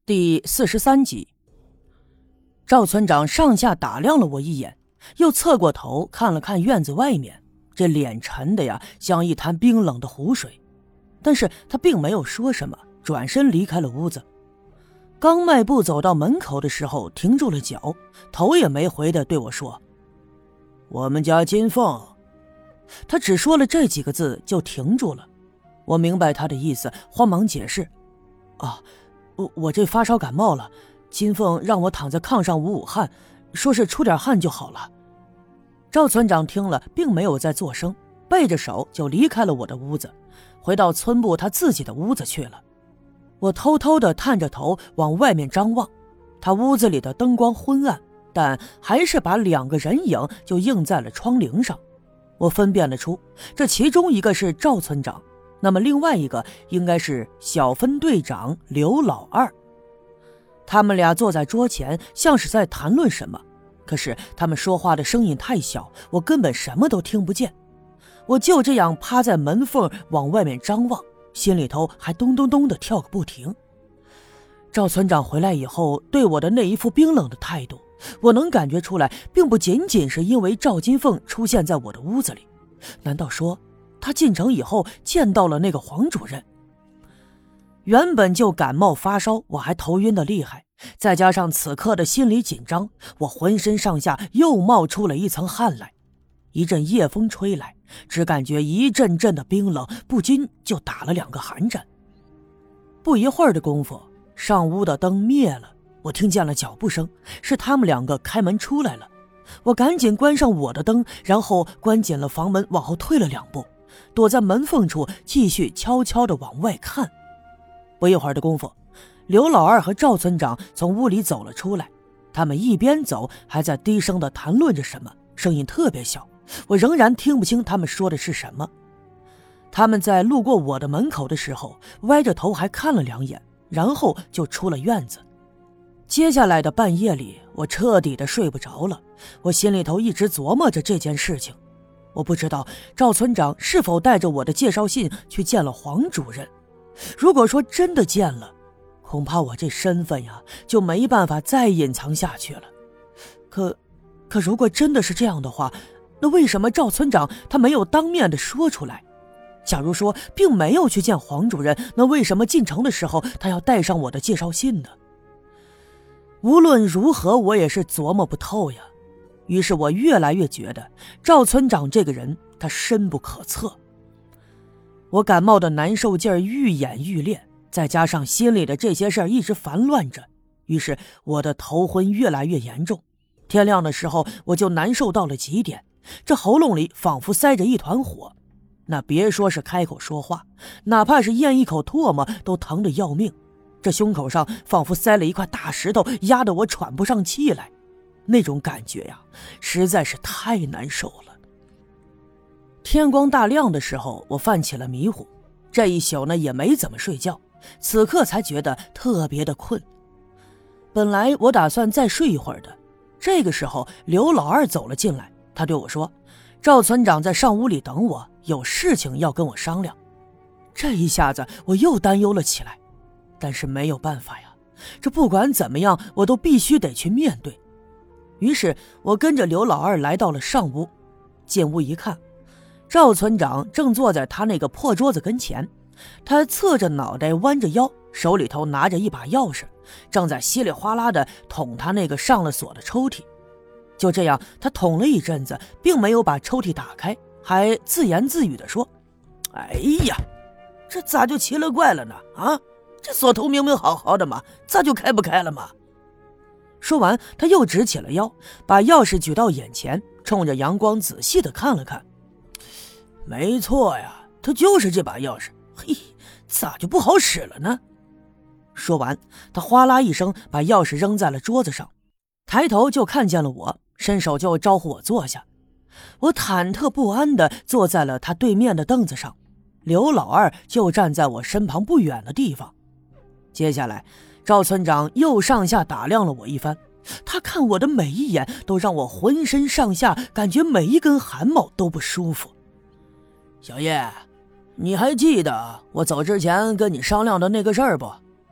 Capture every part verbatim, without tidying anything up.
第四十三集。赵村长上下打量了我一眼，又侧过头看了看院子外面，这脸沉的呀像一潭冰冷的湖水。但是他并没有说什么，转身离开了屋子。刚迈步走到门口的时候停住了脚，头也没回的对我说：我们家金凤。他只说了这几个字就停住了。我明白他的意思，慌忙解释：啊我我这发烧感冒了，金凤让我躺在炕上捂捂汗，说是出点汗就好了。赵村长听了并没有再作声，背着手就离开了我的屋子，回到村部他自己的屋子去了。我偷偷地探着头往外面张望，他屋子里的灯光昏暗，但还是把两个人影就映在了窗棂上。我分辨了出，这其中一个是赵村长，那么另外一个应该是小分队长刘老二。他们俩坐在桌前，像是在谈论什么，可是他们说话的声音太小，我根本什么都听不见。我就这样趴在门缝往外面张望，心里头还咚咚咚地跳个不停。赵村长回来以后对我的那一副冰冷的态度，我能感觉出来，并不仅仅是因为赵金凤出现在我的屋子里。难道说他进城以后见到了那个黄主任？原本就感冒发烧，我还头晕的厉害，再加上此刻的心理紧张，我浑身上下又冒出了一层汗来。一阵夜风吹来，只感觉一阵阵的冰冷，不禁就打了两个寒战。不一会儿的功夫，上屋的灯灭了，我听见了脚步声，是他们两个开门出来了。我赶紧关上我的灯，然后关紧了房门，往后退了两步，躲在门缝处继续悄悄地往外看。不一会儿的功夫，刘老二和赵村长从屋里走了出来，他们一边走还在低声地谈论着什么，声音特别小，我仍然听不清他们说的是什么。他们在路过我的门口的时候，歪着头还看了两眼，然后就出了院子。接下来的半夜里，我彻底的睡不着了，我心里头一直琢磨着这件事情。我不知道赵村长是否带着我的介绍信去见了黄主任，如果说真的见了，恐怕我这身份呀就没办法再隐藏下去了。可可如果真的是这样的话，那为什么赵村长他没有当面的说出来？假如说并没有去见黄主任，那为什么进城的时候他要带上我的介绍信呢？无论如何我也是琢磨不透呀。于是我越来越觉得赵村长这个人他深不可测。我感冒的难受劲儿愈演愈烈，再加上心里的这些事儿一直烦乱着，于是我的头昏越来越严重。天亮的时候我就难受到了极点，这喉咙里仿佛塞着一团火，那别说是开口说话，哪怕是咽一口唾沫都疼得要命。这胸口上仿佛塞了一块大石头，压得我喘不上气来，那种感觉呀实在是太难受了。天光大亮的时候，我犯起了迷糊，这一宿呢也没怎么睡觉，此刻才觉得特别的困。本来我打算再睡一会儿的，这个时候刘老二走了进来，他对我说，赵村长在上屋里等我，有事情要跟我商量。这一下子我又担忧了起来，但是没有办法呀，这不管怎么样我都必须得去面对。于是我跟着刘老二来到了上屋，进屋一看，赵村长正坐在他那个破桌子跟前，他侧着脑袋弯着腰，手里头拿着一把钥匙，正在稀里哗啦地捅他那个上了锁的抽屉。就这样他捅了一阵子，并没有把抽屉打开，还自言自语地说，哎呀，这咋就奇了怪了呢？啊，这锁头明明好好的嘛，咋就开不开了嘛？说完他又直起了腰，把钥匙举到眼前，冲着阳光仔细地看了看。没错呀，他就是这把钥匙，嘿，咋就不好使了呢？说完他哗啦一声把钥匙扔在了桌子上，抬头就看见了我，伸手就招呼我坐下。我忐忑不安地坐在了他对面的凳子上，刘老二就站在我身旁不远的地方。接下来赵村长又上下打量了我一番，他看我的每一眼都让我浑身上下感觉每一根汗毛都不舒服。小叶，你还记得我走之前跟你商量的那个事儿不？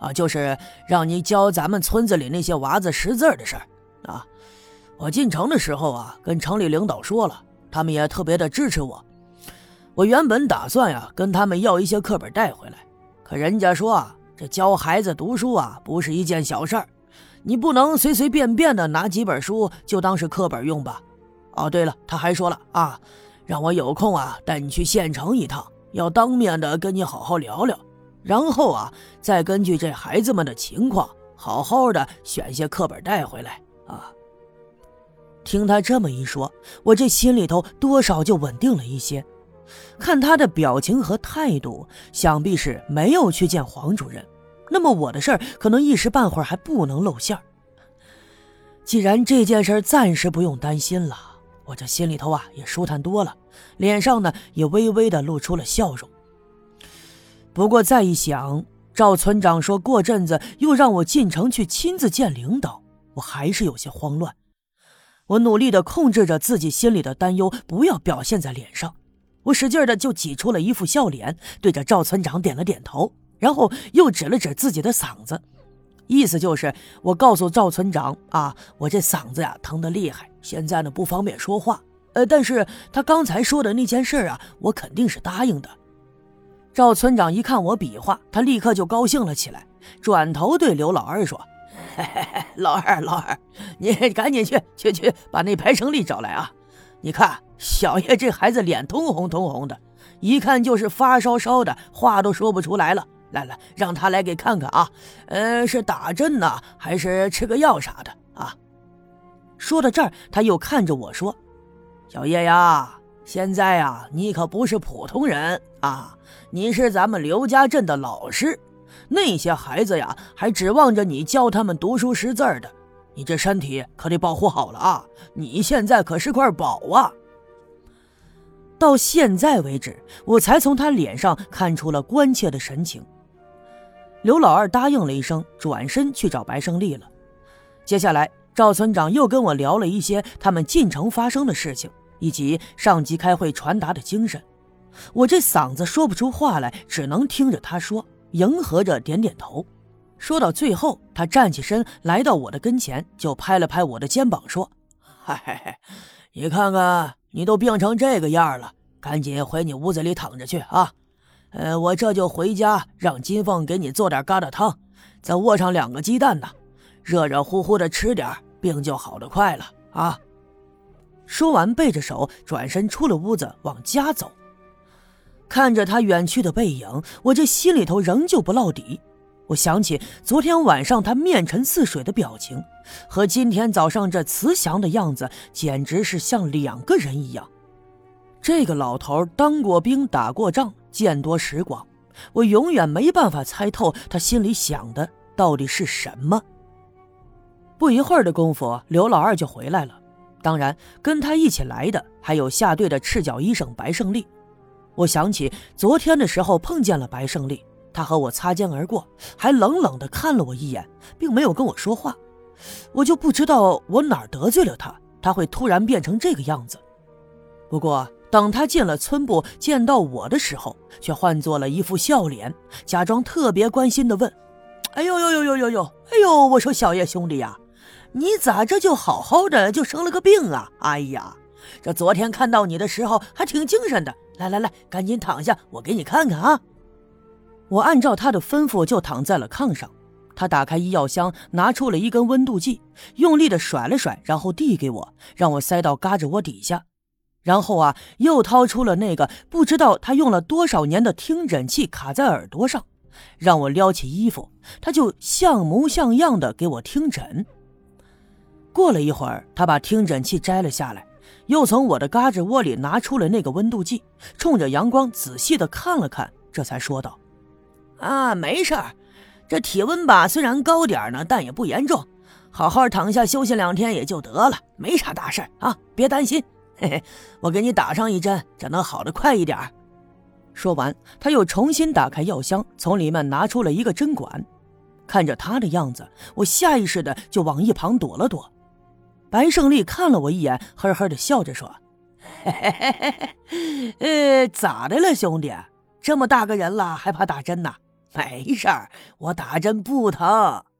啊，就是让你教咱们村子里那些娃子识字的事儿啊。我进城的时候啊，跟城里领导说了，他们也特别的支持我。我原本打算呀，跟他们要一些课本带回来，可人家说啊，这教孩子读书啊，不是一件小事儿，你不能随随便便的拿几本书就当是课本用吧。哦，对了，他还说了啊，让我有空啊，带你去县城一趟，要当面的跟你好好聊聊，然后啊，再根据这孩子们的情况，好好的选些课本带回来啊。听他这么一说，我这心里头多少就稳定了一些。看他的表情和态度，想必是没有去见黄主任，那么我的事儿可能一时半会儿还不能露馅儿。既然这件事暂时不用担心了，我这心里头啊也舒坦多了，脸上呢也微微的露出了笑容。不过再一想，赵村长说过阵子又让我进城去亲自见领导，我还是有些慌乱。我努力的控制着自己心里的担忧，不要表现在脸上。我使劲的就挤出了一副笑脸，对着赵村长点了点头，然后又指了指自己的嗓子，意思就是我告诉赵村长啊，我这嗓子呀疼得厉害，现在呢不方便说话，呃，但是他刚才说的那件事啊，我肯定是答应的。赵村长一看我比划，他立刻就高兴了起来，转头对刘老二说：嘿嘿嘿，老二老二，你赶紧去去去把那排生力找来啊！你看小爷这孩子脸通红通红的，一看就是发烧烧的，话都说不出来了。来来，让他来给看看啊，呃，是打针呢，还是吃个药啥的啊？说到这儿，他又看着我说：小叶呀，现在呀，你可不是普通人啊，你是咱们刘家镇的老师，那些孩子呀，还指望着你教他们读书识字的。你这身体可得保护好了啊！你现在可是块宝啊！到现在为止，我才从他脸上看出了关切的神情。刘老二答应了一声，转身去找白胜利了。接下来，赵村长又跟我聊了一些他们进城发生的事情，以及上级开会传达的精神。我这嗓子说不出话来，只能听着他说，迎合着点点头。说到最后，他站起身来到我的跟前，就拍了拍我的肩膀说：嗨，你看看你都病成这个样了，赶紧回你屋子里躺着去啊！呃，我这就回家让金凤给你做点疙瘩汤，再卧上两个鸡蛋呢，热热乎乎的吃点，病就好得快了啊！说完背着手转身出了屋子往家走。看着他远去的背影，我这心里头仍旧不落底。我想起昨天晚上他面沉似水的表情，和今天早上这慈祥的样子，简直是像两个人一样。这个老头当过兵，打过仗，见多识广，我永远没办法猜透他心里想的到底是什么。不一会儿的功夫，刘老二就回来了，当然跟他一起来的还有下队的赤脚医生白胜利。我想起昨天的时候碰见了白胜利，他和我擦肩而过，还冷冷地看了我一眼，并没有跟我说话。我就不知道我哪儿得罪了他，他会突然变成这个样子。不过等他进了村部见到我的时候，却换作了一副笑脸，假装特别关心地问：哎呦呦呦呦呦呦，哎呦，我说小叶兄弟呀，你咋这就好好的就生了个病啊？哎呀，这昨天看到你的时候还挺精神的，来来来，赶紧躺下，我给你看看啊。我按照他的吩咐就躺在了炕上，他打开医药箱，拿出了一根温度计，用力的甩了甩，然后递给我，让我塞到胳肢窝底下。然后啊，又掏出了那个不知道他用了多少年的听诊器，卡在耳朵上，让我撩起衣服，他就像模像样的给我听诊。过了一会儿，他把听诊器摘了下来，又从我的胳肢窝里拿出了那个温度计，冲着阳光仔细的看了看，这才说道：啊，没事儿，这体温吧虽然高点呢，但也不严重，好好躺下休息两天也就得了，没啥大事啊，别担心，嘿嘿，我给你打上一针，这能好得快一点。说完，他又重新打开药箱，从里面拿出了一个针管。看着他的样子，我下意识的就往一旁躲了躲。白胜利看了我一眼，呵呵的笑着说：嘿嘿嘿嘿，呃，咋的了兄弟？这么大个人了还怕打针呐？ 没事儿，我打针不疼。